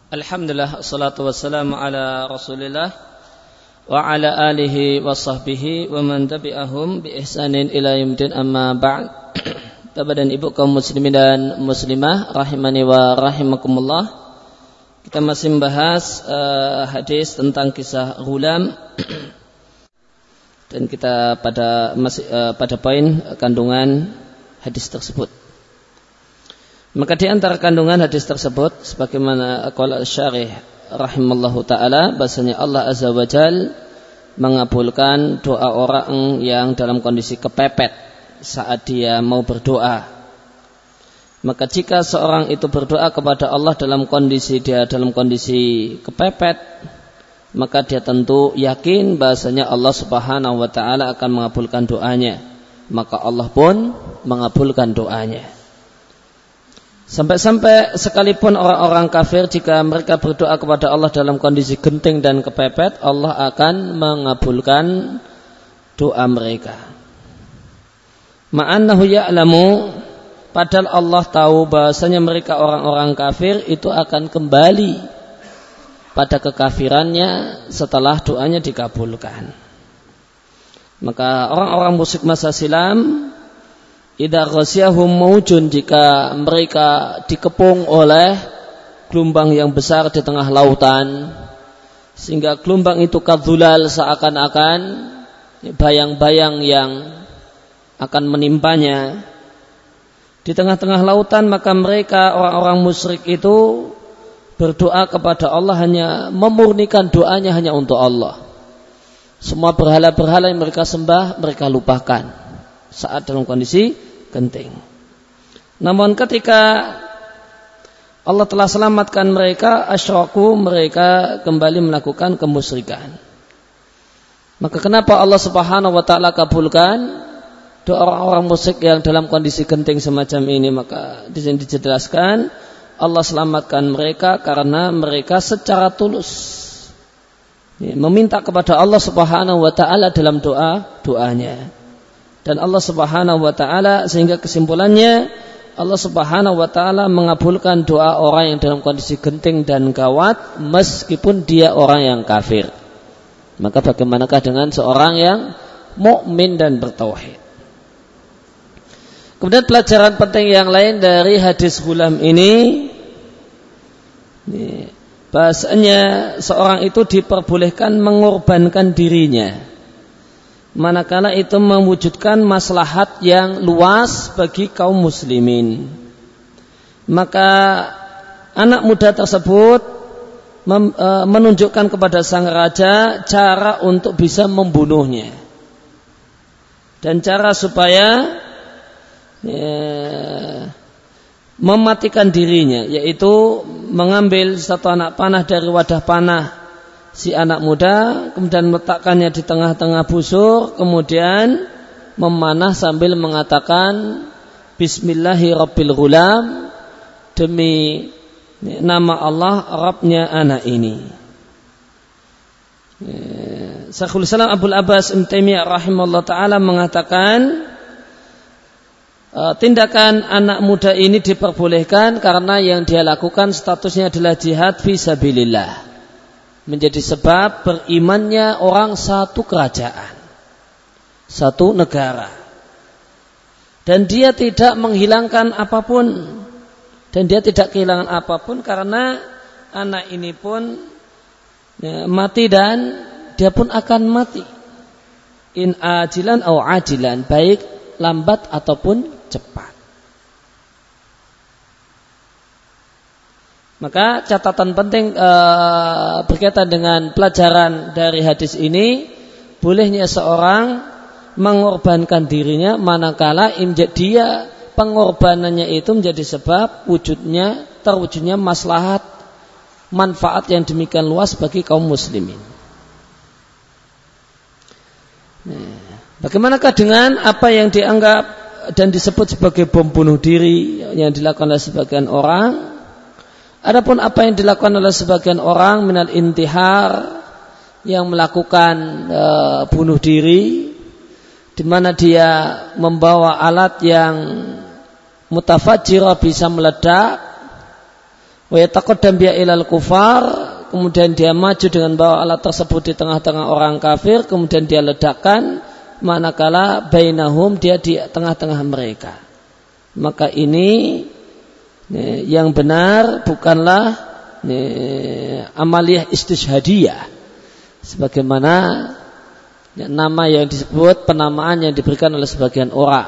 Alhamdulillah, assalatu wassalamu ala rasulillah wa ala alihi wa sahbihi wa man tabi'ahum bi ihsanin ila yaumil amma ba'd. Bapak dan Ibu kaum muslimin dan muslimah rahimani wa rahimakumullah. Kita masih membahas hadis tentang kisah Ghulam dan kita pada poin kandungan hadis tersebut. Maka di antara kandungan hadis tersebut sebagaimana qala syarih rahimallahu taala, bahasanya Allah azza wajal mengabulkan doa orang yang dalam kondisi kepepet saat dia mau berdoa. Maka jika seorang itu berdoa kepada Allah dalam kondisi kepepet, maka dia tentu yakin bahasanya Allah Subhanahu wa taala akan mengabulkan doanya. Maka Allah pun mengabulkan doanya. Sampai-sampai sekalipun orang-orang kafir, jika mereka berdoa kepada Allah dalam kondisi genting dan kepepet, Allah akan mengabulkan doa mereka. Ma'annahu ya'lamu, padahal Allah tahu bahasanya mereka orang-orang kafir itu akan kembali pada kekafirannya setelah doanya dikabulkan. Maka orang-orang musyrik masa silam, idza ghasyahum maujun, jika mereka dikepung oleh gelombang yang besar di tengah lautan, sehingga gelombang itu kadzulal, seakan-akan bayang-bayang yang akan menimpanya di tengah-tengah lautan, maka mereka orang-orang musyrik itu berdoa kepada Allah, hanya memurnikan doanya hanya untuk Allah. Semua berhala-berhala yang mereka sembah mereka lupakan saat dalam kondisi genting. Namun ketika Allah telah selamatkan mereka, asyraku, mereka kembali melakukan kemusyrikan. Maka kenapa Allah Subhanahu wa taala kabulkan doa orang-orang musyrik yang dalam kondisi genting semacam ini? Maka di sini dijelaskan Allah selamatkan mereka karena mereka secara tulus meminta kepada Allah Subhanahu wa taala dalam doanya. Dan Allah Subhanahu wa taala, sehingga kesimpulannya Allah Subhanahu wa taala mengabulkan doa orang yang dalam kondisi genting dan gawat meskipun dia orang yang kafir. Maka bagaimanakah dengan seorang yang mukmin dan bertauhid? Kemudian pelajaran penting yang lain dari hadis Ghulam ini, bahasanya seorang itu diperbolehkan mengorbankan dirinya manakala itu mewujudkan maslahat yang luas bagi kaum muslimin. Maka anak muda tersebut menunjukkan kepada sang raja cara untuk bisa membunuhnya dan cara supaya mematikan dirinya, yaitu mengambil satu anak panah dari wadah panah si anak muda, kemudian meletakkannya di tengah-tengah busur, kemudian memanah sambil mengatakan Bismillahirrabbilghulam, demi nama Allah Rabbnya anak ini. Syekhul Islam Abdul Abbas Ibnu Taimiyah rahimahullah ta'ala mengatakan tindakan anak muda ini diperbolehkan karena yang dia lakukan statusnya adalah jihad fi sabilillah, menjadi sebab berimannya orang satu kerajaan, satu negara, dan dia tidak menghilangkan apapun, dan dia tidak kehilangan apapun karena anak ini pun mati dan dia pun akan mati, in ajilan au ajilan, baik lambat ataupun cepat. Maka catatan penting berkaitan dengan pelajaran dari hadis ini, bolehnya seorang mengorbankan dirinya manakala dia pengorbanannya itu menjadi sebab terwujudnya maslahat, manfaat yang demikian luas bagi kaum muslimin. Bagaimanakah dengan apa yang dianggap dan disebut sebagai bom bunuh diri yang dilakukan oleh sebagian orang? Adapun apa yang dilakukan oleh sebagian orang minal intihar, yang melakukan bunuh diri, di mana dia membawa alat yang mutafajjirah, bisa meledak, Wa yataqaddam biha ilal kufar, kemudian dia maju dengan bawa alat tersebut di tengah-tengah orang kafir, kemudian dia ledakkan, manakala bainahum, dia di tengah-tengah mereka. Maka ini yang benar bukanlah amaliyah istishhadiyah sebagaimana nama yang disebut, penamaan yang diberikan oleh sebagian orang,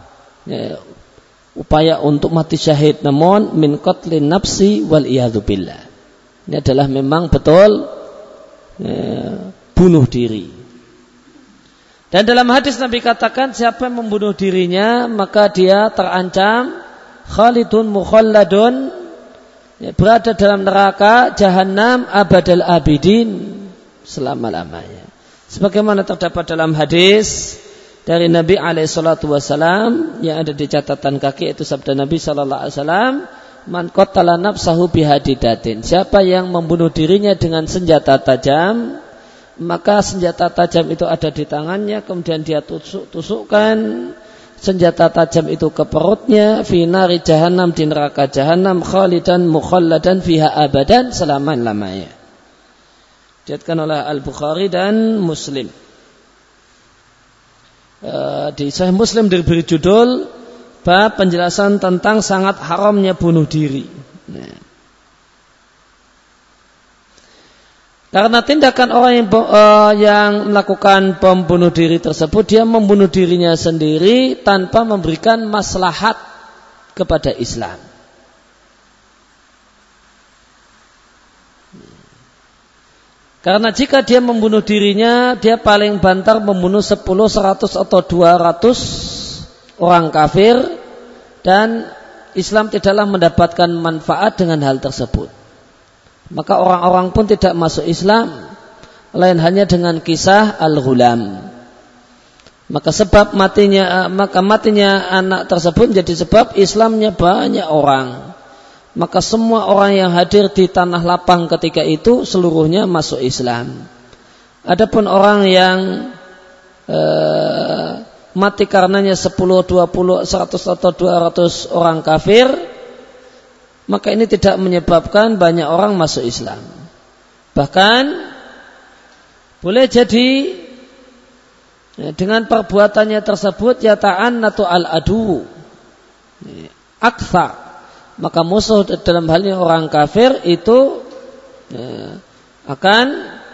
upaya untuk mati syahid, namun min qatlin nafsi wal iyadzu billah. Ini adalah memang betul bunuh diri. Dan dalam hadis Nabi katakan, siapa yang membunuh dirinya maka dia terancam khalidun mukhalladun, berada dalam neraka jahanam abadal abidin, selama-lamanya. Sebagaimana terdapat dalam hadis dari Nabi SAW yang ada di catatan kaki, itu sabda Nabi SAW, man qatala nafsahu bihadidatin, siapa yang membunuh dirinya dengan senjata tajam, maka senjata tajam itu ada di tangannya, kemudian dia tusukkan senjata tajam itu ke perutnya, fi nari jahannam, di neraka jahannam, khalidan mukhalladan fiha abadan, selama-lamanya. Diriwayatkan oleh Al-Bukhari dan Muslim. Di Sahih Muslim diberi judul bab penjelasan tentang sangat haramnya bunuh diri. Karena tindakan orang yang melakukan bom bunuh diri tersebut, dia membunuh dirinya sendiri tanpa memberikan maslahat kepada Islam. Karena jika dia membunuh dirinya, dia paling banter membunuh 10, 100 atau 200 orang kafir, dan Islam tidaklah mendapatkan manfaat dengan hal tersebut. Maka orang-orang pun tidak masuk Islam, lain hanya dengan kisah Al-Ghulam. Maka matinya anak tersebut menjadi sebab Islamnya banyak orang. Maka semua orang yang hadir di tanah lapang ketika itu seluruhnya masuk Islam. Adapun orang yang mati karenanya 10, 20, 100 atau 200 orang kafir, maka ini tidak menyebabkan banyak orang masuk Islam. Bahkan boleh jadi dengan perbuatannya tersebut yata'annatu al-adu akthar, maka musuh dalam hal ini orang kafir itu akan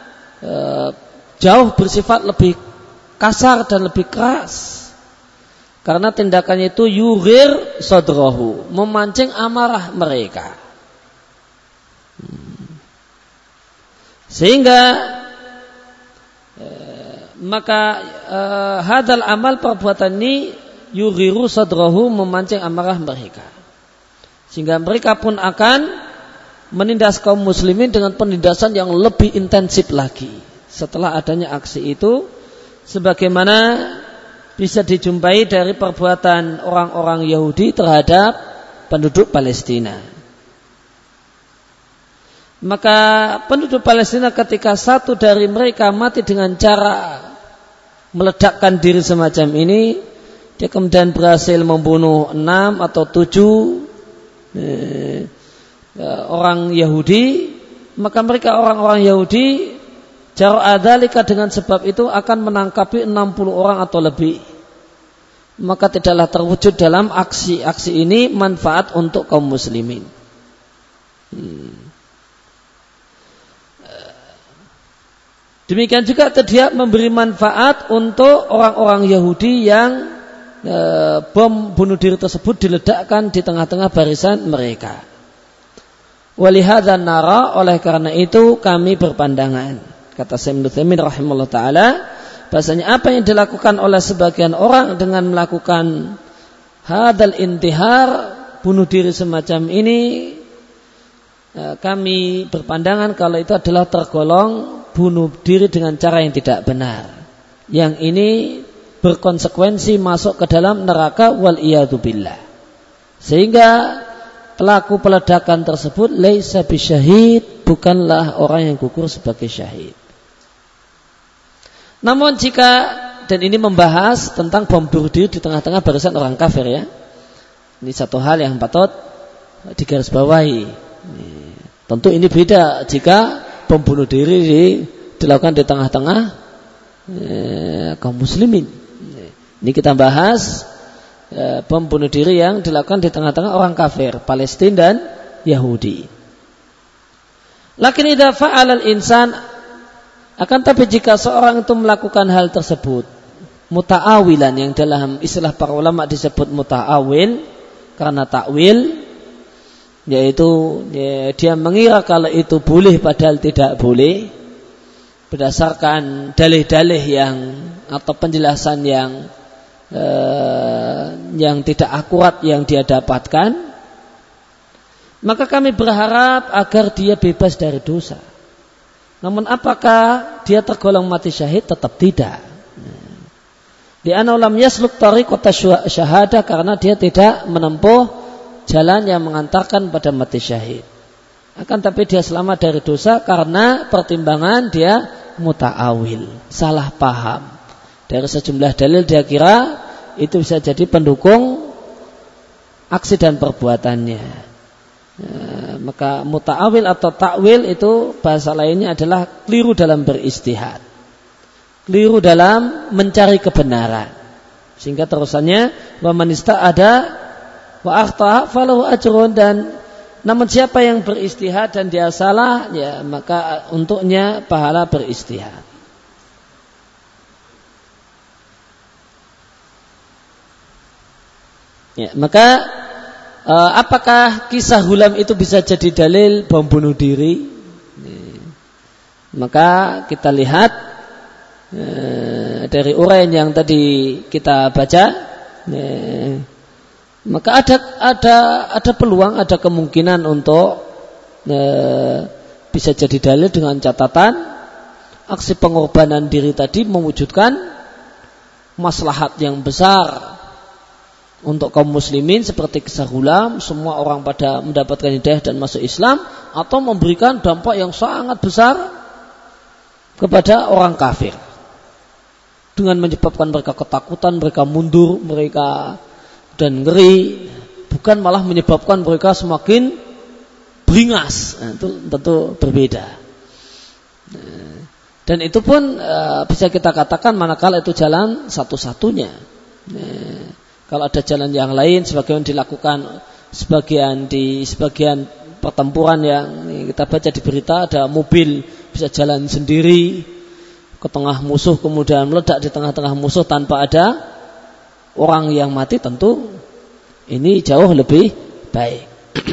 jauh bersifat lebih kasar dan lebih keras. Karena tindakannya itu yughir sadrahu, memancing amarah mereka. Sehingga maka hadal amal, perbuatan ini yughiru sadrahu, memancing amarah mereka. Sehingga mereka pun akan menindas kaum muslimin dengan penindasan yang lebih intensif lagi setelah adanya aksi itu, sebagaimana bisa dijumpai dari perbuatan orang-orang Yahudi terhadap penduduk Palestina. Maka penduduk Palestina ketika satu dari mereka mati dengan cara meledakkan diri semacam ini, dia kemudian berhasil membunuh 6 atau 7 orang Yahudi, maka mereka orang-orang Yahudi jara'a dzalika, dengan sebab itu akan menangkapi 60 orang atau lebih. Maka tidaklah terwujud dalam aksi-aksi ini manfaat untuk kaum muslimin. Demikian juga tidak memberi manfaat untuk orang-orang Yahudi yang bom bunuh diri tersebut diledakkan di tengah-tengah barisan mereka. Walihadzan nara, oleh karena itu kami berpandangan, kata Syekh Ibnu Utsaimin rahimahullah taala, bahasanya apa yang dilakukan oleh sebagian orang dengan melakukan hadal intihar, bunuh diri semacam ini, kami berpandangan kalau itu adalah tergolong bunuh diri dengan cara yang tidak benar. Yang ini berkonsekuensi masuk ke dalam neraka wal iyadzu billah. Sehingga pelaku peledakan tersebut laisa bisyahid, bukanlah orang yang gugur sebagai syahid. Namun jika, dan ini membahas tentang bom bunuh diri di tengah-tengah barisan orang kafir ya. Ini satu hal yang patut digarisbawahi. Tentu ini beda jika bom bunuh diri dilakukan di tengah-tengah kaum muslimin. Ini kita bahas bom bunuh diri yang dilakukan di tengah-tengah orang kafir, Palestina dan Yahudi. Lakin idza fa'ala al-insan, akan tapi jika seorang itu melakukan hal tersebut muta'awilan, yang dalam istilah para ulama disebut muta'awil karena takwil, yaitu dia mengira kalau itu boleh padahal tidak boleh berdasarkan dalih-dalih yang atau penjelasan yang tidak akurat yang dia dapatkan, maka kami berharap agar dia bebas dari dosa. Namun apakah dia tergolong mati syahid? Tetap tidak. Di anna lam yasluk tariqata syahadah, karena dia tidak menempuh jalan yang mengantarkan pada mati syahid. Akan tapi dia selamat dari dosa karena pertimbangan dia muta'awil, salah paham. Dari sejumlah dalil dia kira itu bisa jadi pendukung aksi dan perbuatannya. Maka muta'awil atau takwil itu bahasa lainnya adalah keliru dalam beristihad, keliru dalam mencari kebenaran. Sehingga terusannya wa man ista'ada wa akhta falahu ajrun, dan namun siapa yang beristihad dan dia salah, ya maka untuknya pahala beristihad. Ya, maka apakah kisah Hulam itu bisa jadi dalil bom bunuh diri? Maka kita lihat dari uraian yang tadi kita baca, maka ada peluang, ada kemungkinan untuk bisa jadi dalil dengan catatan aksi pengorbanan diri tadi mewujudkan maslahat yang besar untuk kaum muslimin seperti kisah Hulam, semua orang pada mendapatkan hidayah dan masuk Islam, atau memberikan dampak yang sangat besar kepada orang kafir dengan menyebabkan mereka ketakutan, mereka mundur, mereka dan ngeri, bukan malah menyebabkan mereka semakin beringas. Nah, itu tentu berbeda. Dan itu pun bisa kita katakan manakala itu jalan satu-satunya. Kalau ada jalan yang lain, sebagaimana dilakukan di sebagian pertempuran yang kita baca di berita, ada mobil bisa jalan sendiri ke tengah musuh, kemudian meledak di tengah-tengah musuh tanpa ada orang yang mati, tentu ini jauh lebih baik.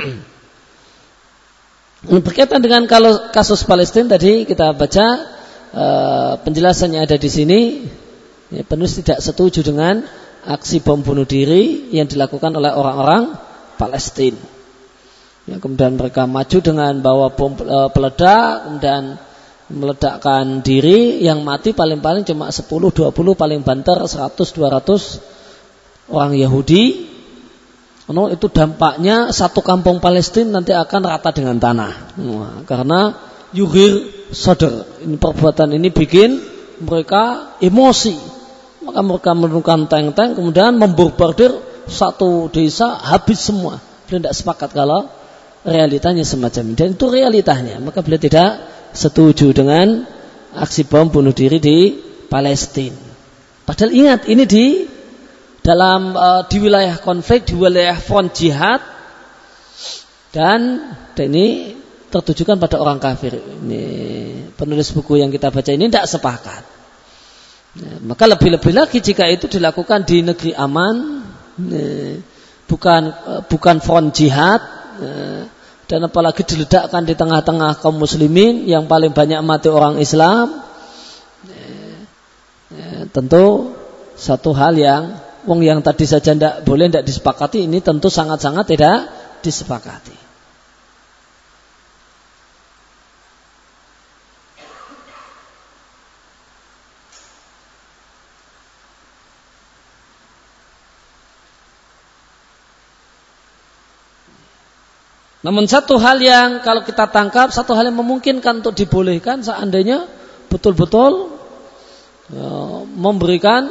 Berkaitan dengan kalau kasus Palestina tadi kita baca penjelasannya ada di sini. Penulis tidak setuju dengan aksi bom bunuh diri yang dilakukan oleh orang-orang Palestina. Kemudian mereka maju dengan bawa bom peledak, kemudian meledakkan diri, yang mati paling-paling cuma 10-20, paling banter 100-200 orang Yahudi. Itu dampaknya satu kampung Palestina nanti akan rata dengan tanah. Karena yughir sadr, ini perbuatan ini bikin mereka emosi. Maka mereka menurunkan tank-tank, kemudian membombardir satu desa, habis semua. Beliau tidak sepakat kalau realitanya semacam ini, dan itu realitanya. Maka beliau tidak setuju dengan aksi bom bunuh diri di Palestina. Padahal ingat, ini di wilayah konflik, di wilayah front jihad, dan ini tertujukan pada orang kafir. Ini penulis buku yang kita baca ini tidak sepakat. Maka lebih-lebih lagi jika itu dilakukan di negeri aman, bukan front jihad, dan apalagi diledakkan di tengah-tengah kaum muslimin yang paling banyak mati orang Islam, tentu satu hal yang tadi saja tidak boleh, tidak disepakati, ini tentu sangat-sangat tidak disepakati. Namun satu hal yang kalau kita tangkap, satu hal yang memungkinkan untuk dibolehkan seandainya betul-betul memberikan,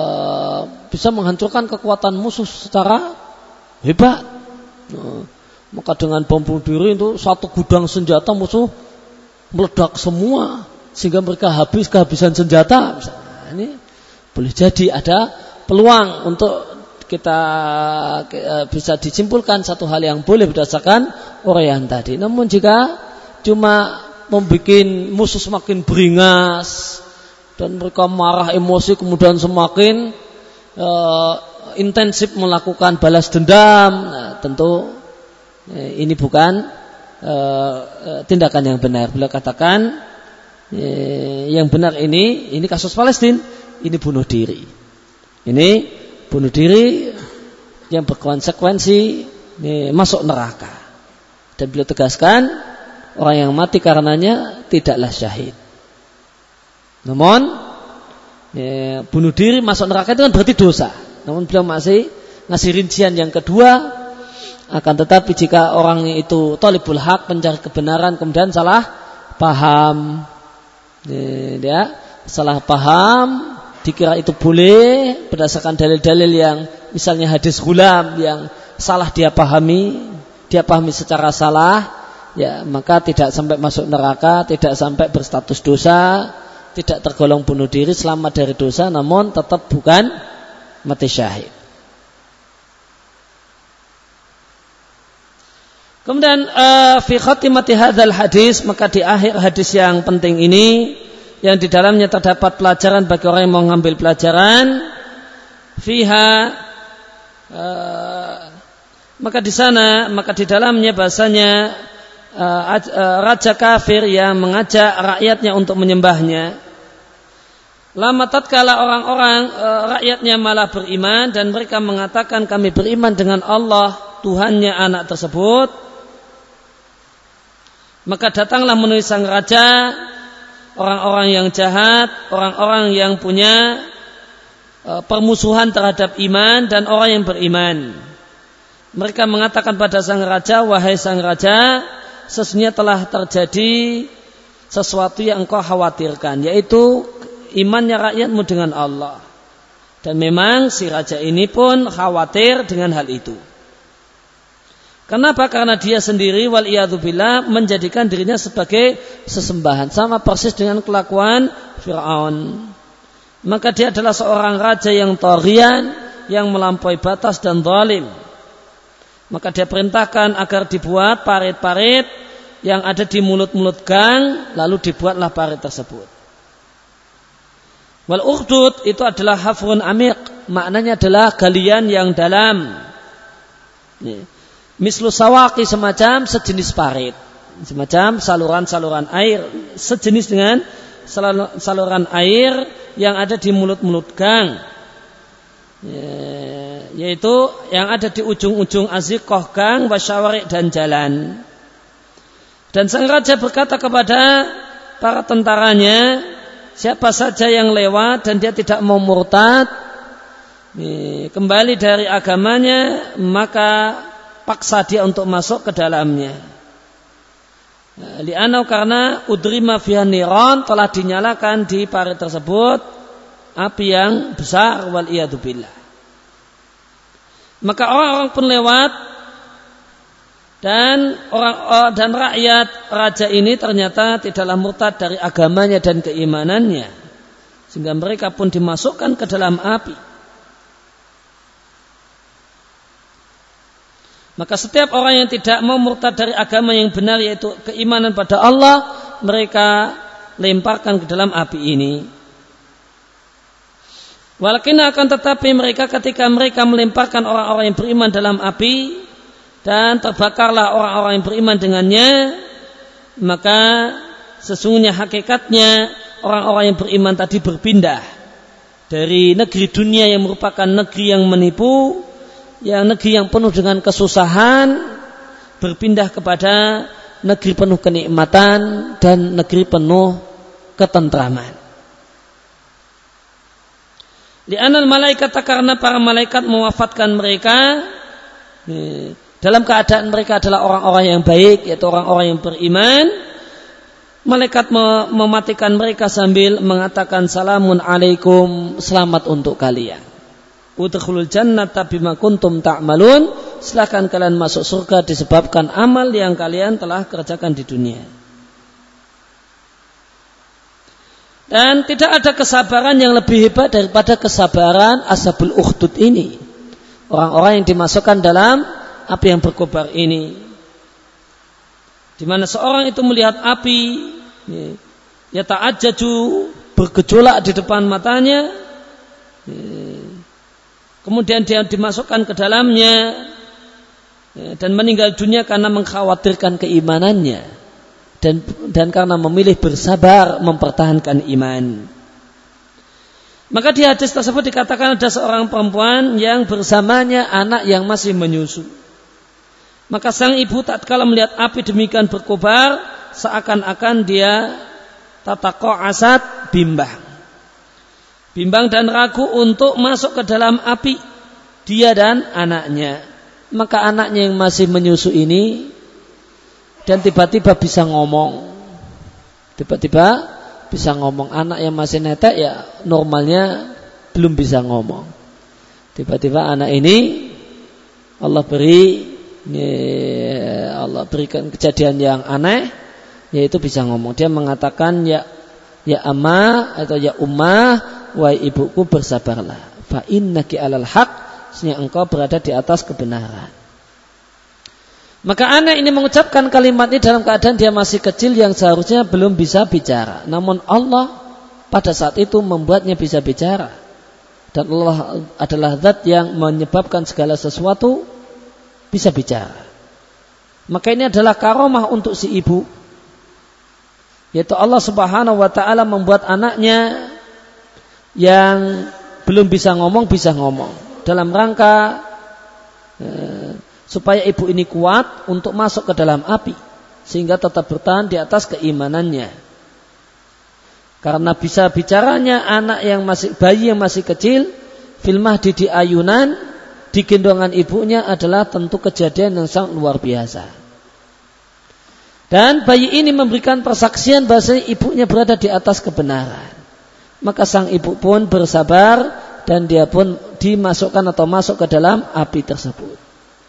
bisa menghancurkan kekuatan musuh secara hebat. Maka dengan bom bunuh diri itu satu gudang senjata musuh meledak semua sehingga mereka kehabisan senjata. Nah, ini boleh jadi ada peluang untuk kita bisa disimpulkan satu hal yang boleh berdasarkan uraian tadi. Namun jika cuma membuat musuh semakin beringas dan mereka marah emosi kemudian semakin intensif melakukan balas dendam, nah, tentu ini bukan tindakan yang benar. Beliau katakan yang benar ini kasus Palestina, ini bunuh diri. Ini bunuh diri yang berkonsekuensi masuk neraka. Dan beliau tegaskan orang yang mati karenanya tidaklah syahid. Namun bunuh diri masuk neraka itu kan berarti dosa. Namun beliau masih ngasih rincian yang kedua. Akan tetapi jika orang itu talibul haq, pencari kebenaran, kemudian salah paham, dia salah paham, dikira itu boleh berdasarkan dalil-dalil yang misalnya hadis ghulam yang salah dia pahami secara salah, ya maka tidak sampai masuk neraka, tidak sampai berstatus dosa, tidak tergolong bunuh diri, selamat dari dosa, namun tetap bukan mati syahid. Kemudian fi khatimati hadzal hadis, maka di akhir hadis yang penting ini yang di dalamnya terdapat pelajaran bagi orang yang mau mengambil pelajaran fiha, maka di sana, maka di dalamnya bahasanya raja kafir yang mengajak rakyatnya untuk menyembahnya. Lama tatkala orang-orang rakyatnya malah beriman dan mereka mengatakan kami beriman dengan Allah Tuhannya anak tersebut. Maka datanglah menemui sang raja orang-orang yang jahat, orang-orang yang punya permusuhan terhadap iman dan orang yang beriman. Mereka mengatakan pada sang raja, wahai sang raja, sesungguhnya telah terjadi sesuatu yang engkau khawatirkan, yaitu imannya rakyatmu dengan Allah. Dan memang si raja ini pun khawatir dengan hal itu. Kenapa? Karena dia sendiri waliyadzubillah menjadikan dirinya sebagai sesembahan, sama persis dengan kelakuan Fir'aun. Maka dia adalah seorang raja yang taghiyan, yang melampaui batas dan zalim. Maka dia perintahkan agar dibuat parit-parit yang ada di mulut-mulut gang, lalu dibuatlah parit tersebut. Wal ukhdud itu adalah hafrun amiq, maknanya adalah galian yang dalam. Mislu sawaki, semacam sejenis parit, semacam saluran-saluran air, sejenis dengan saluran air yang ada di mulut-mulut gang, yaitu yang ada di ujung-ujung aziqah gang, wasyawari dan jalan. Dan sang raja berkata kepada para tentaranya, siapa saja yang lewat dan dia tidak mau murtad, kembali dari agamanya, maka paksa dia untuk masuk ke dalamnya. Li'anau, karena udrima fiha niran, telah dinyalakan di parit tersebut api yang besar, wal iyadu billah. Maka orang-orang pun lewat dan rakyat raja ini ternyata tidaklah murtad dari agamanya dan keimanannya, sehingga mereka pun dimasukkan ke dalam api. Maka setiap orang yang tidak mau murtad dari agama yang benar, yaitu keimanan pada Allah, mereka lemparkan ke dalam api ini. Walakin akan tetapi mereka ketika mereka melemparkan orang-orang yang beriman dalam api dan terbakarlah orang-orang yang beriman dengannya, maka sesungguhnya hakikatnya orang-orang yang beriman tadi berpindah dari negeri dunia yang merupakan negeri yang menipu, yang negeri yang penuh dengan kesusahan, berpindah kepada negeri penuh kenikmatan dan negeri penuh ketentraman. Li'anal malaikat, karena para malaikat mewafatkan mereka dalam keadaan mereka adalah orang-orang yang baik, yaitu orang-orang yang beriman. Malaikat mematikan mereka sambil mengatakan salamun alaikum, selamat untuk kalian. Udkhulul jannata bima kuntum ta'malun, silakan kalian masuk surga disebabkan amal yang kalian telah kerjakan di dunia. Dan tidak ada kesabaran yang lebih hebat daripada kesabaran ashabul ukhdud ini. Orang-orang yang dimasukkan dalam api yang berkobar ini. Di mana seorang itu melihat api, ya ta'ajjaju, bergejolak di depan matanya, kemudian dia dimasukkan ke dalamnya dan meninggal dunia karena mengkhawatirkan keimanannya. Dan karena memilih bersabar mempertahankan iman. Maka di hadis tersebut dikatakan ada seorang perempuan yang bersamanya anak yang masih menyusu. Maka sang ibu tatkala melihat api demikian berkobar, seakan-akan dia tataqa'asat, bimbang dan ragu untuk masuk ke dalam api, dia dan anaknya. Maka anaknya yang masih menyusu ini dan tiba-tiba bisa ngomong. Anak yang masih netek ya normalnya belum bisa ngomong. Tiba-tiba anak ini Allah berikan kejadian yang aneh, yaitu bisa ngomong. Dia mengatakan ya amma atau ya ummah, wahai ibuku bersabarlah. Fa innaki alal haq, sesungguhnya engkau berada di atas kebenaran. Maka anak ini mengucapkan kalimat ini dalam keadaan dia masih kecil yang seharusnya belum bisa bicara. Namun Allah pada saat itu membuatnya bisa bicara. Dan Allah adalah zat yang menyebabkan segala sesuatu bisa bicara. Maka ini adalah karomah untuk si ibu. Yaitu Allah Subhanahu wa ta'ala membuat anaknya yang belum bisa ngomong dalam rangka supaya ibu ini kuat untuk masuk ke dalam api sehingga tetap bertahan di atas keimanannya. Karena bisa bicaranya bayi yang masih kecil fil mahdi di ayunan, di gendongan ibunya adalah tentu kejadian yang sangat luar biasa. Dan bayi ini memberikan persaksian bahwa ibunya berada di atas kebenaran. Maka sang ibu pun bersabar dan dia pun dimasukkan atau masuk ke dalam api tersebut.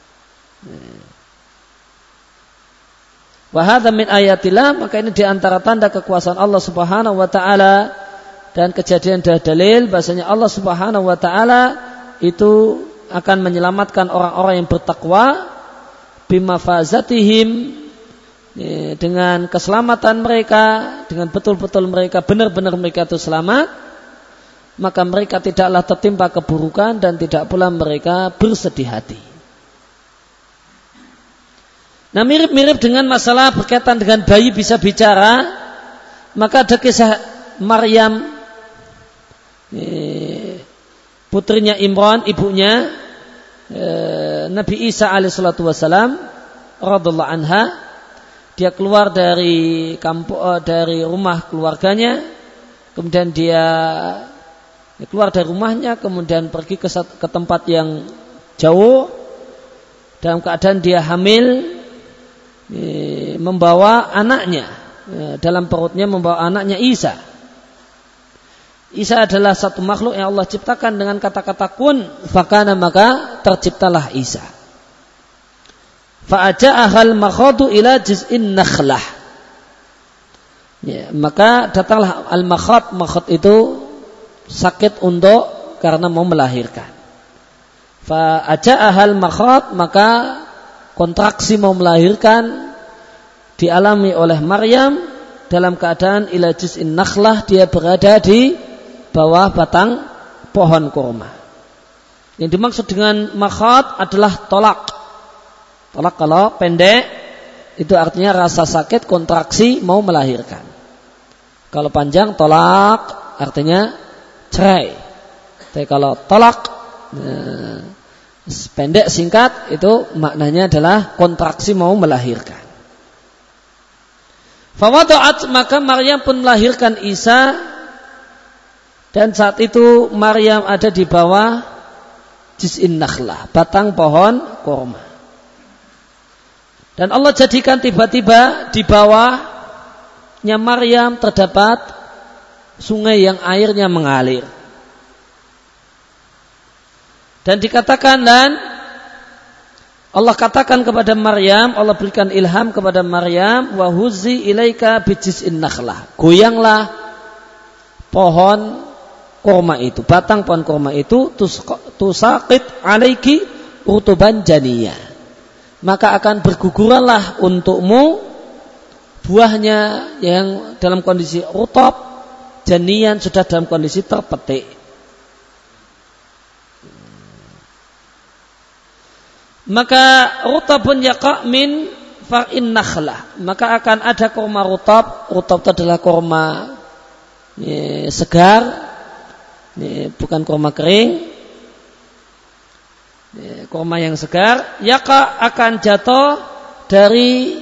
Wa hadza min ayatillah, maka ini diantara tanda kekuasaan Allah Subhanahu wa taala dan kejadian dalil bahasanya Allah Subhanahu wa taala itu akan menyelamatkan orang-orang yang bertakwa bimafazatihim, dengan keselamatan mereka, dengan betul-betul mereka benar-benar mereka itu selamat, maka mereka tidaklah tertimpa keburukan dan tidak pula mereka bersedih hati. Nah, mirip-mirip dengan masalah berkaitan dengan bayi bisa bicara, maka ada kisah Maryam, putrinya Imran, ibunya Nabi Isa alaihissalatu wassalam radhiyallahu anha. Dia keluar dari dari rumah keluarganya, kemudian dia keluar dari rumahnya, kemudian pergi ke tempat yang jauh dalam keadaan dia hamil, membawa anaknya, dalam perutnya membawa anaknya Isa. Isa adalah satu makhluk yang Allah ciptakan dengan kata-kata kun, fakana, maka terciptalah Isa. Fa'aja'ahal makhadu ila jiz'in nakhlah. Maka datanglah al-makhad. Makhad itu sakit karena mau melahirkan. Fa'aja'ahal makhad, maka kontraksi mau melahirkan dialami oleh Maryam dalam keadaan ila jiz'in nakhlah, dia berada di bawah batang pohon kurma. Yang dimaksud dengan makhad adalah tolak. Tolak kalau pendek itu artinya rasa sakit, kontraksi mau melahirkan. Kalau panjang tolak artinya cerai. Tapi kalau tolak pendek singkat itu maknanya adalah kontraksi mau melahirkan. Fawada'at, maka Maryam pun melahirkan Isa, dan saat itu Maryam ada di bawah jiz'in nakhlah, batang pohon kurma. Dan Allah jadikan tiba-tiba di bawahnya Maryam terdapat sungai yang airnya mengalir. Dan dikatakan, dan Allah katakan kepada Maryam, Allah berikan ilham kepada Maryam, wa huzzi ilaika bijiz'in nakhlah. Goyanglah pohon kurma itu, batang pohon kurma itu, tusaqit alaiki rutuban janiyah. Maka akan berguguranlah untukmu buahnya yang dalam kondisi rutab, janiyan sudah dalam kondisi terpetik. Maka rutabun yaqa' min far'in nakhlah, maka akan ada kurma rutab. Rutab itu adalah kurma segar, bukan kurma kering, kurma yang segar. Yaqa' akan jatuh dari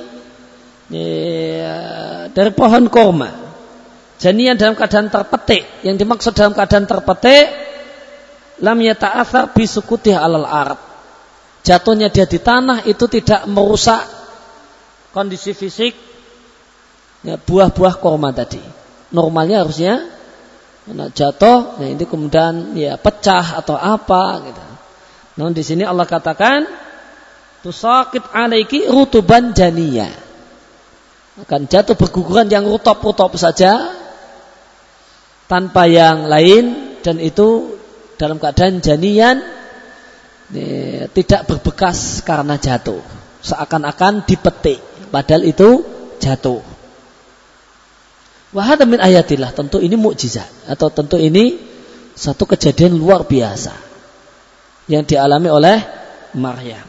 pohon kurma, janiyan dalam keadaan terpetik. Yang dimaksud dalam keadaan terpetik, lam yata'athar bisukutih alal ard, jatuhnya dia di tanah itu tidak merusak kondisi fisik buah-buah kurma tadi. Normalnya harusnya jatuh, ini kemudian pecah atau apa gitu. Namun di sini Allah katakan tusaqit alaiki rutuban janiyah, akan jatuh berguguran yang rutop-rutop saja tanpa yang lain, dan itu dalam keadaan janiyan, tidak berbekas karena jatuh, seakan-akan dipetik padahal itu jatuh. Wa hadza min ayatillah, tentu ini mukjizat atau tentu ini satu kejadian luar biasa yang dialami oleh Maryam.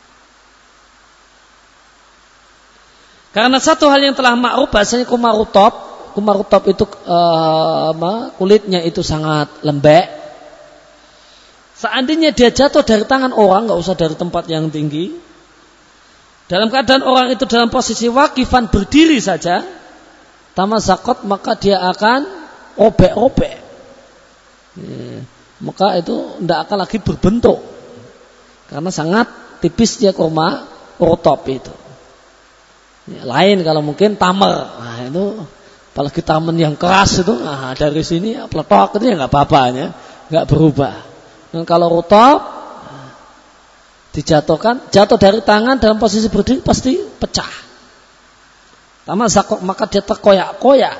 Karena satu hal yang telah ma'ruf, bahasanya kurma rutab itu kulitnya itu sangat lembek. Seandainya dia jatuh dari tangan orang, nggak usah dari tempat yang tinggi, dalam keadaan orang itu dalam posisi wakifan berdiri saja, tamasakot, maka dia akan robek-robek. Maka itu tidak akan lagi berbentuk karena sangat tipisnya kurma rutab itu. Lain kalau mungkin tamer, nah itu apalagi tamen yang keras itu, nah dari sini peletok itu ya nggak apa-apa, nggak berubah. Dan kalau rutab dijatuhkan, jatuh dari tangan dalam posisi berdiri pasti pecah. Tamasakok, maka dia terkoyak-koyak.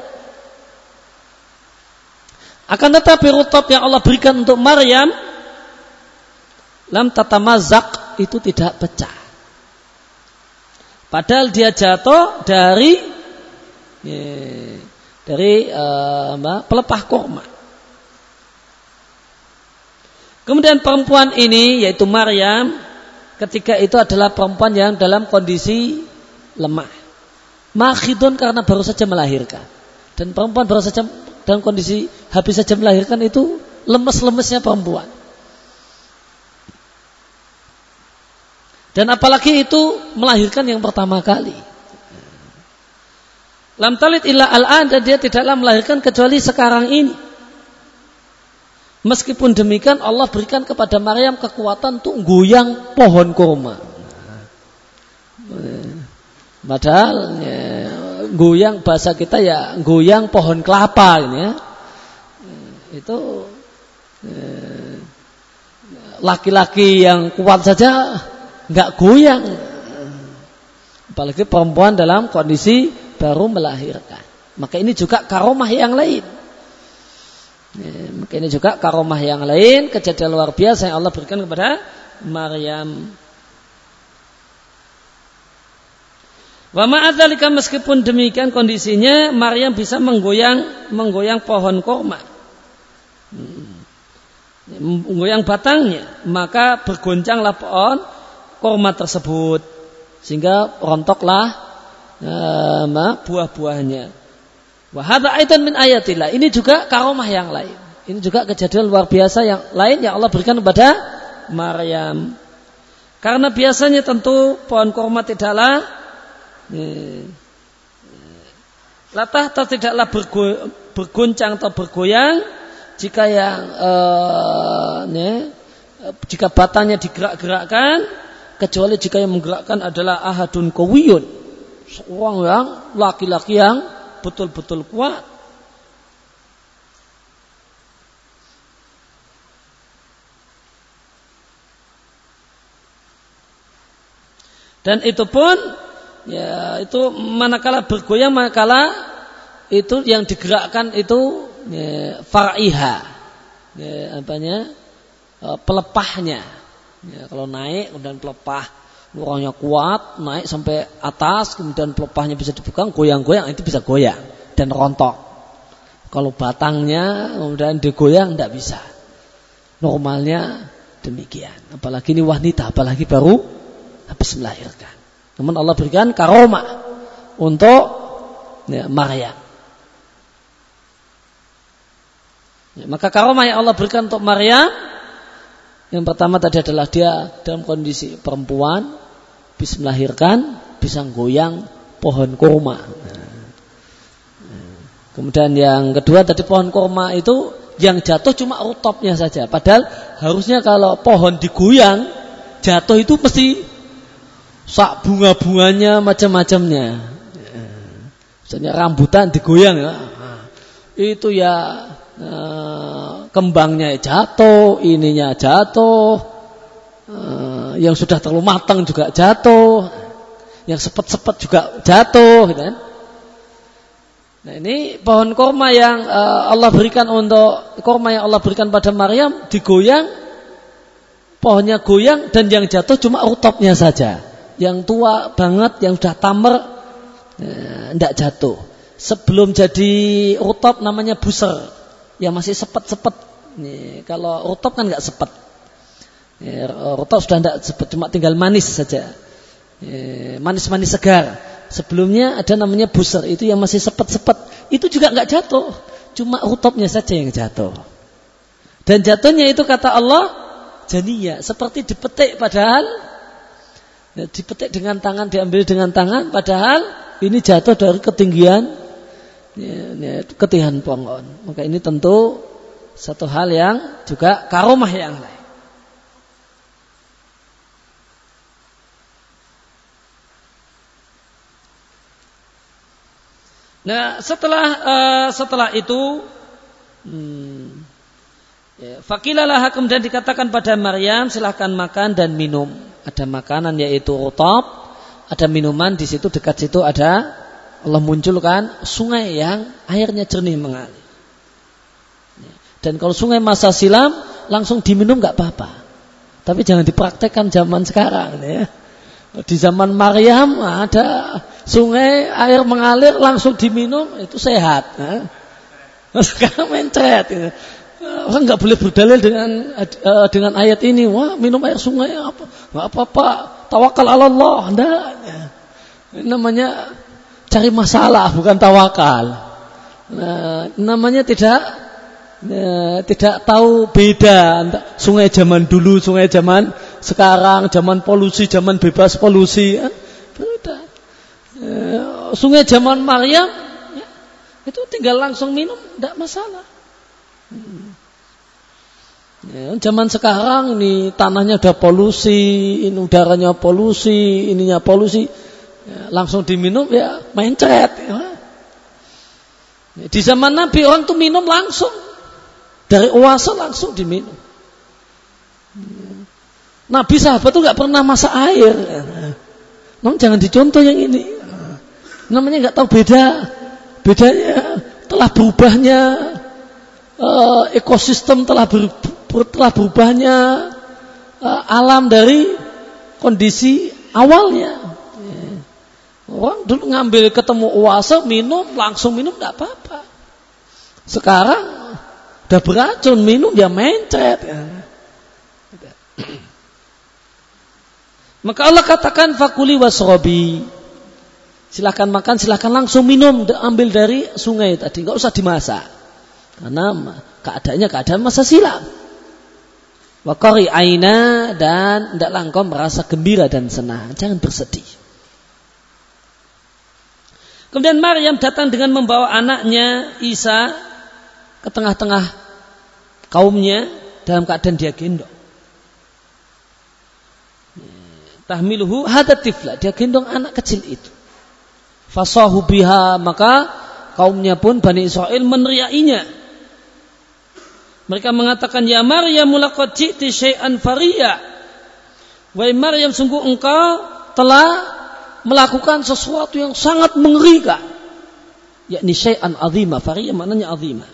Akan tetapi rutab yang Allah berikan untuk Maryam, lam tatamazak, itu tidak pecah. Padahal dia jatuh dari pelepah kurma. Kemudian perempuan ini, yaitu Maryam, ketika itu adalah perempuan yang dalam kondisi lemah. Makhidun, karena baru saja melahirkan. Dan perempuan baru saja dalam kondisi habis saja melahirkan itu lemes-lemesnya perempuan. Dan apalagi itu melahirkan yang pertama kali. Lam talid illa al-an, dan dia tidaklah melahirkan kecuali sekarang ini. Meskipun demikian Allah berikan kepada Maryam kekuatan untuk goyang pohon kurma. Padahal goyang bahasa kita ya goyang pohon kelapa ya. Itu laki-laki yang kuat saja nggak goyang, apalagi perempuan dalam kondisi baru melahirkan. Maka ini juga karomah yang lain. Maka ini juga karomah yang lain, kejadian luar biasa yang Allah berikan kepada Maryam. Wa ma'adzalika, meskipun demikian kondisinya, Maryam bisa menggoyang pohon kurma, menggoyang batangnya, maka bergoncanglah pohon kurma tersebut sehingga rontoklah buah-buahnya. Wa hadza aidan min ayatillah, ini juga karomah yang lain. Ini juga kejadian luar biasa yang lain yang Allah berikan kepada Maryam. Karena biasanya tentu pohon kurma tidaklah tidaklah bergoncang atau bergoyang jika jika batangnya digerak-gerakkan, kecuali jika yang menggerakkan adalah ahadun qawiyun, seorang yang laki-laki yang betul-betul kuat. Dan itu pun ya itu manakala bergoyang, manakala itu yang digerakkan itu ya, far'iha, ya, pelepahnya. Ya, kalau naik kemudian pelepah orangnya kuat, naik sampai atas, kemudian pelepahnya bisa dipegang, goyang-goyang, itu bisa goyang dan rontok. Kalau batangnya kemudian digoyang, tidak bisa. Normalnya demikian. Apalagi ini wanita, apalagi baru habis melahirkan. Namun Allah berikan karomah untuk ya, Maryam. Ya, maka karomah yang Allah berikan untuk Maryam, yang pertama tadi adalah dia dalam kondisi perempuan, bisa melahirkan, bisa goyang pohon kurma. Kemudian yang kedua tadi pohon kurma itu yang jatuh cuma rutopnya saja. Padahal harusnya kalau pohon digoyang, jatuh itu mesti sak bunga-bunganya macam-macamnya. Misalnya rambutan digoyang ya. Itu ya kembangnya jatuh, ininya jatuh, yang sudah terlalu matang juga jatuh, yang sepet-sepet juga jatuh, gitu kan? Nah ini pohon kurma yang Allah berikan untuk kurma yang Allah berikan pada Maryam digoyang, pohonnya goyang dan yang jatuh cuma rutopnya saja, yang tua banget, yang sudah tamer, tidak jatuh. Sebelum jadi rutop namanya buser. Yang masih sepet-sepet. Kalau rutop kan nggak sepet. Rutop sudah nggak sepet, cuma tinggal manis saja. Manis-manis segar. Sebelumnya ada namanya buser, itu yang masih sepet-sepet. Itu juga nggak jatuh, cuma rutopnya saja yang jatuh. Dan jatuhnya itu kata Allah janiyah, seperti dipetik padahal dipetik dengan tangan, diambil dengan tangan, padahal ini jatuh dari ketinggian ketihan pohon. Maka ini tentu satu hal yang juga karomah yang lain. Nah setelah itu fakilalah kemudian dikatakan pada Maryam silahkan makan dan minum. Ada makanan yaitu rutab, ada minuman di situ, dekat situ ada Allah munculkan sungai yang airnya jernih mengalir. Dan kalau sungai masa silam langsung diminum nggak apa-apa. Tapi jangan dipraktekkan zaman sekarang ya. Di zaman Maryam ada sungai air mengalir langsung diminum itu sehat. Sekarang mencret. Ya. Orang nggak boleh berdalil dengan ayat ini. Wah minum air sungai apa? Nggak apa-apa. Tawakal ala Allah. Enggak. Ya. Ini namanya cari masalah bukan tawakal. Namanya tidak tahu beda sungai zaman dulu, sungai zaman sekarang, zaman polusi, zaman bebas polusi. Beda. Sungai zaman Maryam itu tinggal langsung minum, tidak masalah. Zaman sekarang ini tanahnya udah polusi, ini udaranya polusi, ininya polusi. Langsung diminum ya mencret ya. Di zaman Nabi orang tuh minum langsung dari uasa langsung diminum. Nabi sahabat tuh nggak pernah masak air. Namun jangan dicontoh yang ini. Namanya nggak tahu bedanya telah berubahnya ekosistem, telah berubahnya alam dari kondisi awalnya. Orang dulu ngambil ketemu oase minum langsung minum tidak apa-apa. Sekarang udah beracun minum ya mencret. Maka Allah katakan fakuli wasrobi. Silakan makan, silakan langsung minum, ambil dari sungai tadi, nggak usah dimasak. Karena keadaannya keadaan masa silam. Wa qari aina, dan hendaklah engkau merasa gembira dan senang, jangan bersedih. Kemudian Maryam datang dengan membawa anaknya Isa ke tengah-tengah kaumnya dalam keadaan dia gendong. Tahmiluhu hadatifla, dia gendong anak kecil itu. Fasahu biha, maka kaumnya pun Bani Israel meneriakinya. Mereka mengatakan, ya Maryam laqad ji'ti syai'an fariya. Wahai Maryam, sungguh engkau telah melakukan sesuatu yang sangat mengerikan, yakni syai'an azima. Fariyah maknanya azima.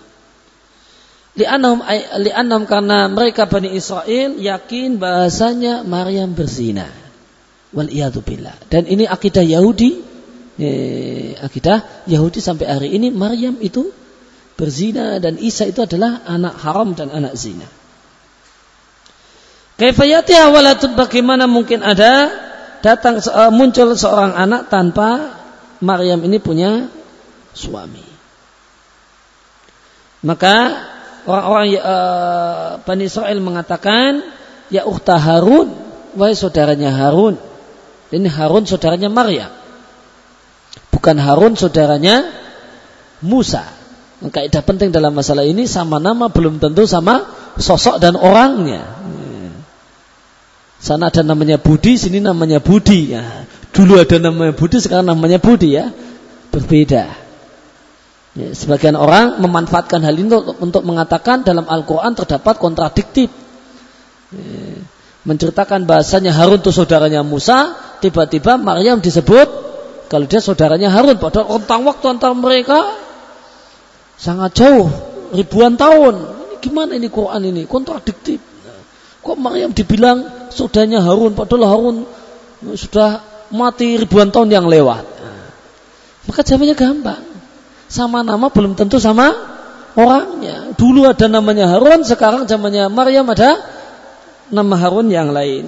Li'annahum karena mereka Bani Israel yakin bahasanya Maryam berzina. Wal iyadu billah. Dan ini akidah Yahudi. Akidah Yahudi sampai hari ini, Maryam itu berzina dan Isa itu adalah anak haram dan anak zina. Kaifayatiha waladun, bagaimana mungkin ada muncul seorang anak tanpa Maryam ini punya suami. Maka orang-orang Bani Israel mengatakan, ya ukhta Harun, wahai saudaranya Harun. Ini Harun saudaranya Maryam, bukan Harun saudaranya Musa. Kaidah penting dalam masalah ini, sama nama belum tentu sama sosok dan orangnya. Sana ada namanya Budi, sini namanya Budi. Ya, dulu ada namanya Budi, sekarang namanya Budi, ya. Berbeda. Ya, sebagian orang memanfaatkan hal ini untuk mengatakan dalam Al-Quran terdapat kontradiktif. Ya, menceritakan bahasanya Harun itu saudaranya Musa, tiba-tiba Maryam disebut kalau dia saudaranya Harun, padahal rentang waktu antara mereka sangat jauh, ribuan tahun. Ini gimana ini Quran ini? Kontradiktif. Kok Maryam dibilang saudaranya Harun, padahal Harun sudah mati ribuan tahun yang lewat. Maka jawabannya gampang. Sama nama belum tentu sama orangnya. Dulu ada namanya Harun, sekarang zamannya Maryam ada nama Harun yang lain.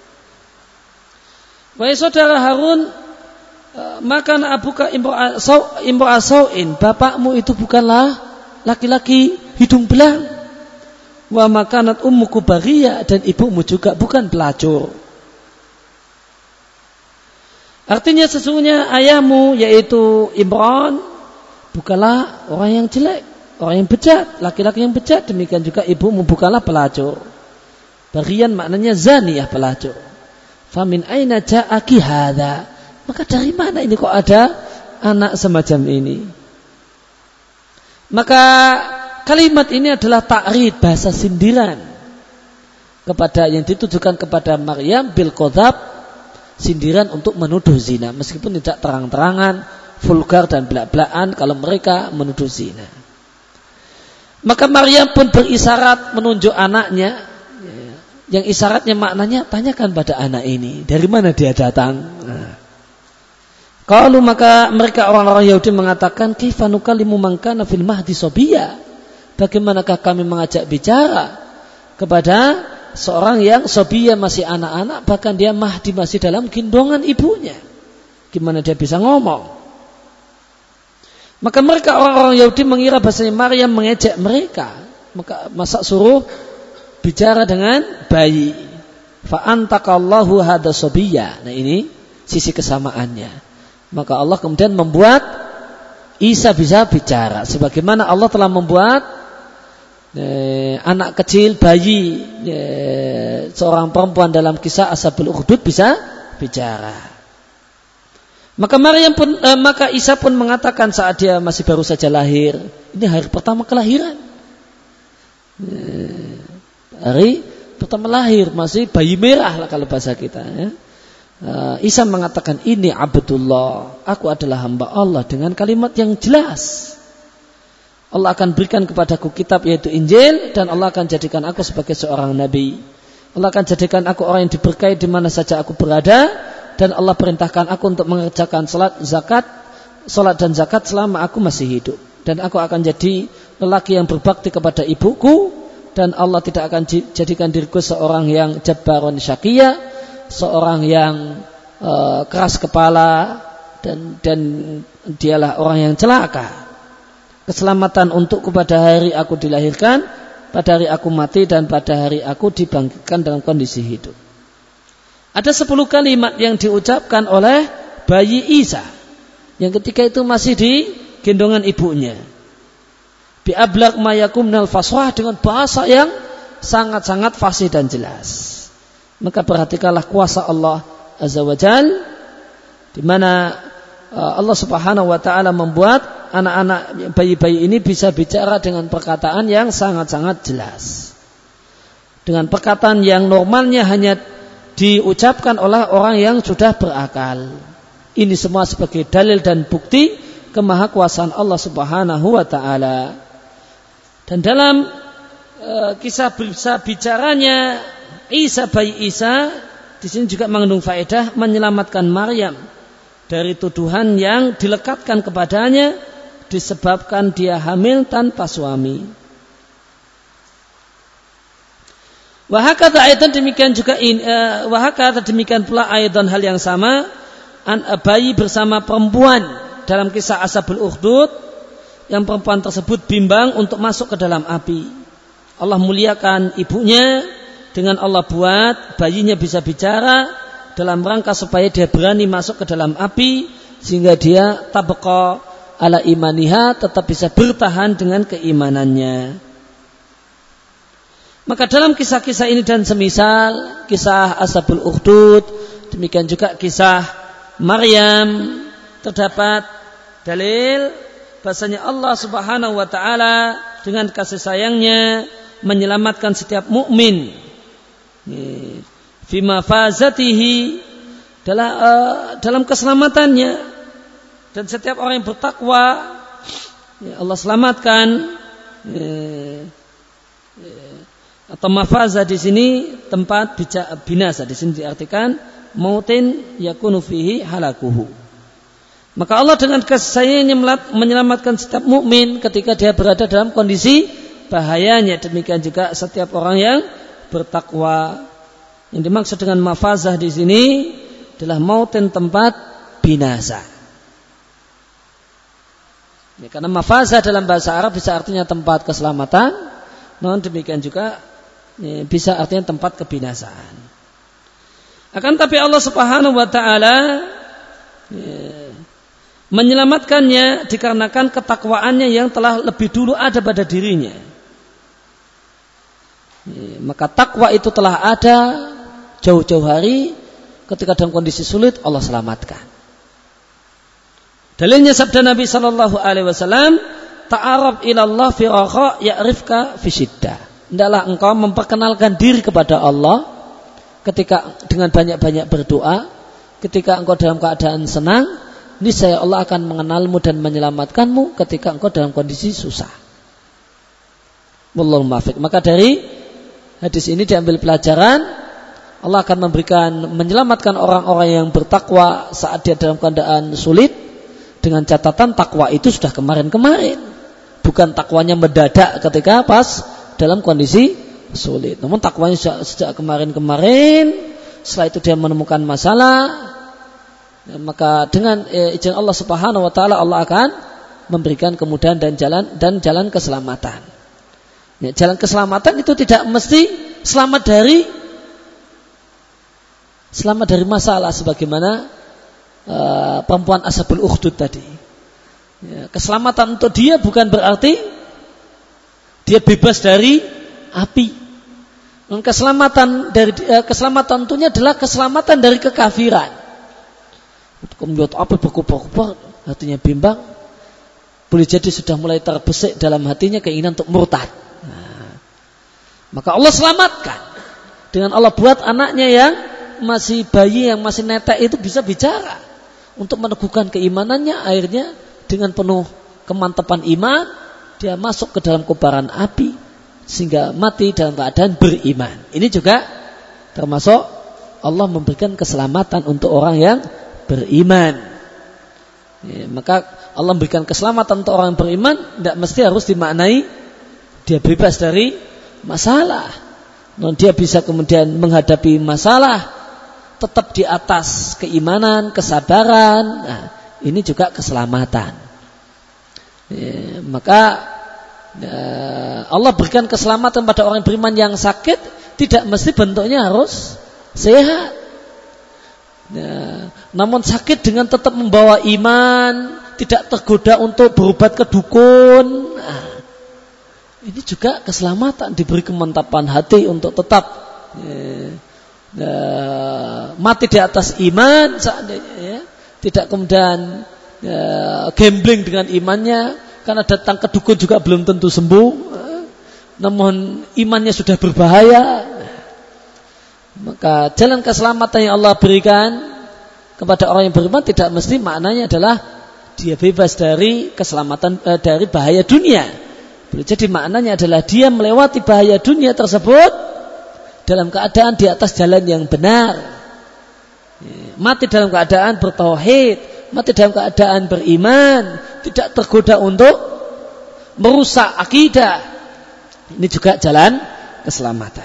Wahai saudara Harun, maka abuka imra'a sau'in, bapakmu itu bukanlah laki-laki hidung belang. Wa makanat ummuku baghiyah, dan ibumu juga bukan pelacur. Artinya sesungguhnya ayahmu yaitu Imran bukanlah orang yang jelek, orang yang bejat, laki-laki yang bejat. Demikian juga ibumu bukanlah pelacur. Bagian maknanya zaniyah, pelacur. Famin aina ja'aki hadza, maka dari mana ini kok ada anak semacam ini? Maka kalimat ini adalah ta'rid, bahasa sindiran kepada yang ditujukan kepada Maryam bil qadzab, sindiran untuk menuduh zina, meskipun tidak terang-terangan, vulgar dan belak-belakan kalau mereka menuduh zina. Maka Maryam pun berisyarat menunjuk anaknya, yang isyaratnya maknanya tanyakan pada anak ini dari mana dia datang. Kalau maka mereka orang-orang Yahudi mengatakan, kaifa nukallimu man kana fil mahdi sabiyya, bagaimanakah kami mengajak bicara kepada seorang yang sabiyya, masih anak-anak, bahkan dia mahdi, masih dalam gendongan ibunya, gimana dia bisa ngomong? Maka mereka orang-orang Yahudi mengira bahasanya Maryam mengejek mereka, maka masa suruh bicara dengan bayi. Fa antaqallahu hadza sabiyya. Nah, ini sisi kesamaannya. Maka Allah kemudian membuat Isa bisa bicara, sebagaimana Allah telah membuat anak kecil, bayi, seorang perempuan dalam kisah Ashabul Ukhdud bisa bicara. Maka Maryam pun, maka Isa pun mengatakan saat dia masih baru saja lahir, ini hari pertama kelahiran, hari pertama lahir, masih bayi merah lah kalau bahasa kita, ya. Isa mengatakan, ini Abdullah, aku adalah hamba Allah, dengan kalimat yang jelas. Allah akan berikan kepadaku kitab yaitu Injil, dan Allah akan jadikan aku sebagai seorang nabi. Allah akan jadikan aku orang yang diberkahi di mana saja aku berada, dan Allah perintahkan aku untuk mengerjakan salat dan zakat selama aku masih hidup. Dan aku akan jadi lelaki yang berbakti kepada ibuku, dan Allah tidak akan jadikan diriku seorang yang jabbarun syaqiyya, seorang yang keras kepala, dan dialah orang yang celaka. Keselamatan untukku pada hari aku dilahirkan, pada hari aku mati, dan pada hari aku dibangkitkan dalam kondisi hidup. Ada 10 kalimat yang diucapkan oleh bayi Isa yang ketika itu masih di gendongan ibunya. Bi ablaq ma yakum minal faswah, dengan bahasa yang sangat-sangat fasih dan jelas. Maka perhatikanlah kuasa Allah Azza wa Jal, di mana Allah Subhanahu wa taala membuat anak-anak bayi-bayi ini bisa bicara dengan perkataan yang sangat-sangat jelas. Dengan perkataan yang normalnya hanya diucapkan oleh orang yang sudah berakal. Ini semua sebagai dalil dan bukti kemahakuasaan Allah Subhanahu wa taala. Dan dalam kisah bicaranya Isa bayi Isa di sini juga mengandung faedah menyelamatkan Maryam dari tuduhan yang dilekatkan kepadanya disebabkan dia hamil tanpa suami. Wahakata aidan demikian juga wahakata demikian pula aidan hal yang sama bayi bersama perempuan dalam kisah Ashabul Ukhdud yang perempuan tersebut bimbang untuk masuk ke dalam api. Allah muliakan ibunya dengan Allah buat bayinya bisa bicara dalam rangka supaya dia berani masuk ke dalam api sehingga dia tabqa ala imaniha tetap bisa bertahan dengan keimanannya. Maka dalam kisah-kisah ini dan semisal kisah Ashabul Ukhdud demikian juga kisah Maryam terdapat dalil bahasanya Allah Subhanahu wa taala dengan kasih sayangnya menyelamatkan setiap mukmin fi mafazatihi dalam keselamatannya, dan setiap orang yang bertakwa Allah selamatkan. Atau mafazah di sini tempat binasa, di sini diartikan mautin yakunu fihi halakuhu. Maka Allah dengan kasih sayangnya menyelamatkan setiap mukmin ketika dia berada dalam kondisi bahayanya. Demikian juga setiap orang yang bertakwa. Yang dimaksud dengan mafazah di sini adalah mautin tempat binasa. Ya, karena mafazah dalam bahasa Arab bisa artinya tempat keselamatan, namun demikian juga bisa artinya tempat kebinasaan. Akan tapi Allah Subhanahu wa taala menyelamatkannya dikarenakan ketakwaannya yang telah lebih dulu ada pada dirinya. Maka takwa itu telah ada jauh-jauh hari ketika dalam kondisi sulit Allah selamatkan. Dalilnya sabda Nabi sallallahu alaihi wasallam, ta'arraf ila Allah fi raha ya'rifka fi syiddah. Hendaklah engkau memperkenalkan diri kepada Allah ketika dengan banyak-banyak berdoa, ketika engkau dalam keadaan senang, niscaya Allah akan mengenalmu dan menyelamatkanmu ketika engkau dalam kondisi susah. Wallahu muwaffiq. Maka dari hadis ini diambil pelajaran, Allah akan menyelamatkan orang-orang yang bertakwa saat dia dalam keadaan sulit, dengan catatan takwa itu sudah kemarin-kemarin, bukan takwanya mendadak ketika pas dalam kondisi sulit. Namun takwanya sejak kemarin-kemarin, setelah itu dia menemukan masalah, maka dengan izin Allah Subhanahu wa taala Allah akan memberikan kemudahan dan jalan keselamatan. Ya, jalan keselamatan itu tidak mesti selamat dari masalah sebagaimana perempuan Ashabul Ukhdud tadi. Ya, keselamatan untuk dia bukan berarti dia bebas dari api. Dan keselamatan untuknya adalah keselamatan dari kekafiran. Kemudian apa berkubar-kubar, hatinya bimbang, boleh jadi sudah mulai terbesit dalam hatinya keinginan untuk murtad. Nah, maka Allah selamatkan dengan Allah buat anaknya yang masih bayi, yang masih netek itu bisa bicara untuk meneguhkan keimanannya. Akhirnya dengan penuh kemantapan iman dia masuk ke dalam kobaran api sehingga mati dalam keadaan beriman. Ini juga termasuk Allah memberikan keselamatan untuk orang yang beriman. Ya, maka Allah memberikan keselamatan untuk orang yang beriman tidak mesti harus dimaknai dia bebas dari masalah. Non dia bisa kemudian menghadapi masalah tetap di atas keimanan, kesabaran. Nah, ini juga keselamatan. Ya, maka Allah berikan keselamatan pada orang beriman yang sakit tidak mesti bentuknya harus sehat. Ya, namun sakit dengan tetap membawa iman, tidak tergoda untuk berobat ke dukun. Nah, ini juga keselamatan, diberi kemantapan hati untuk tetap mati di atas iman, tidak kemudian gambling dengan imannya, karena datang ke dukun juga belum tentu sembuh, namun imannya sudah berbahaya. Maka jalan keselamatan yang Allah berikan kepada orang yang beriman tidak mesti maknanya adalah dia bebas dari keselamatan, dari bahaya dunia. Boleh jadi maknanya adalah dia melewati bahaya dunia tersebut dalam keadaan di atas jalan yang benar. Mati dalam keadaan bertauhid, mati dalam keadaan beriman, tidak tergoda untuk merusak akidah. Ini juga jalan keselamatan.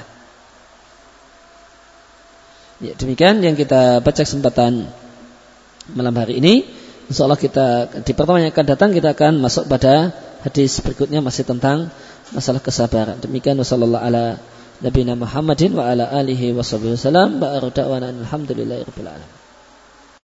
Ya, demikian yang kita baca kesempatan malam hari ini. InsyaAllah kita di pertemuan yang akan datang kita akan masuk pada hadis berikutnya masih tentang masalah kesabaran. Demikian wasallallahu ala nabiyina Muhammadin wa ala alihi washabihi wasallam. Wa arda'wana alhamdulillahirabbil alamin.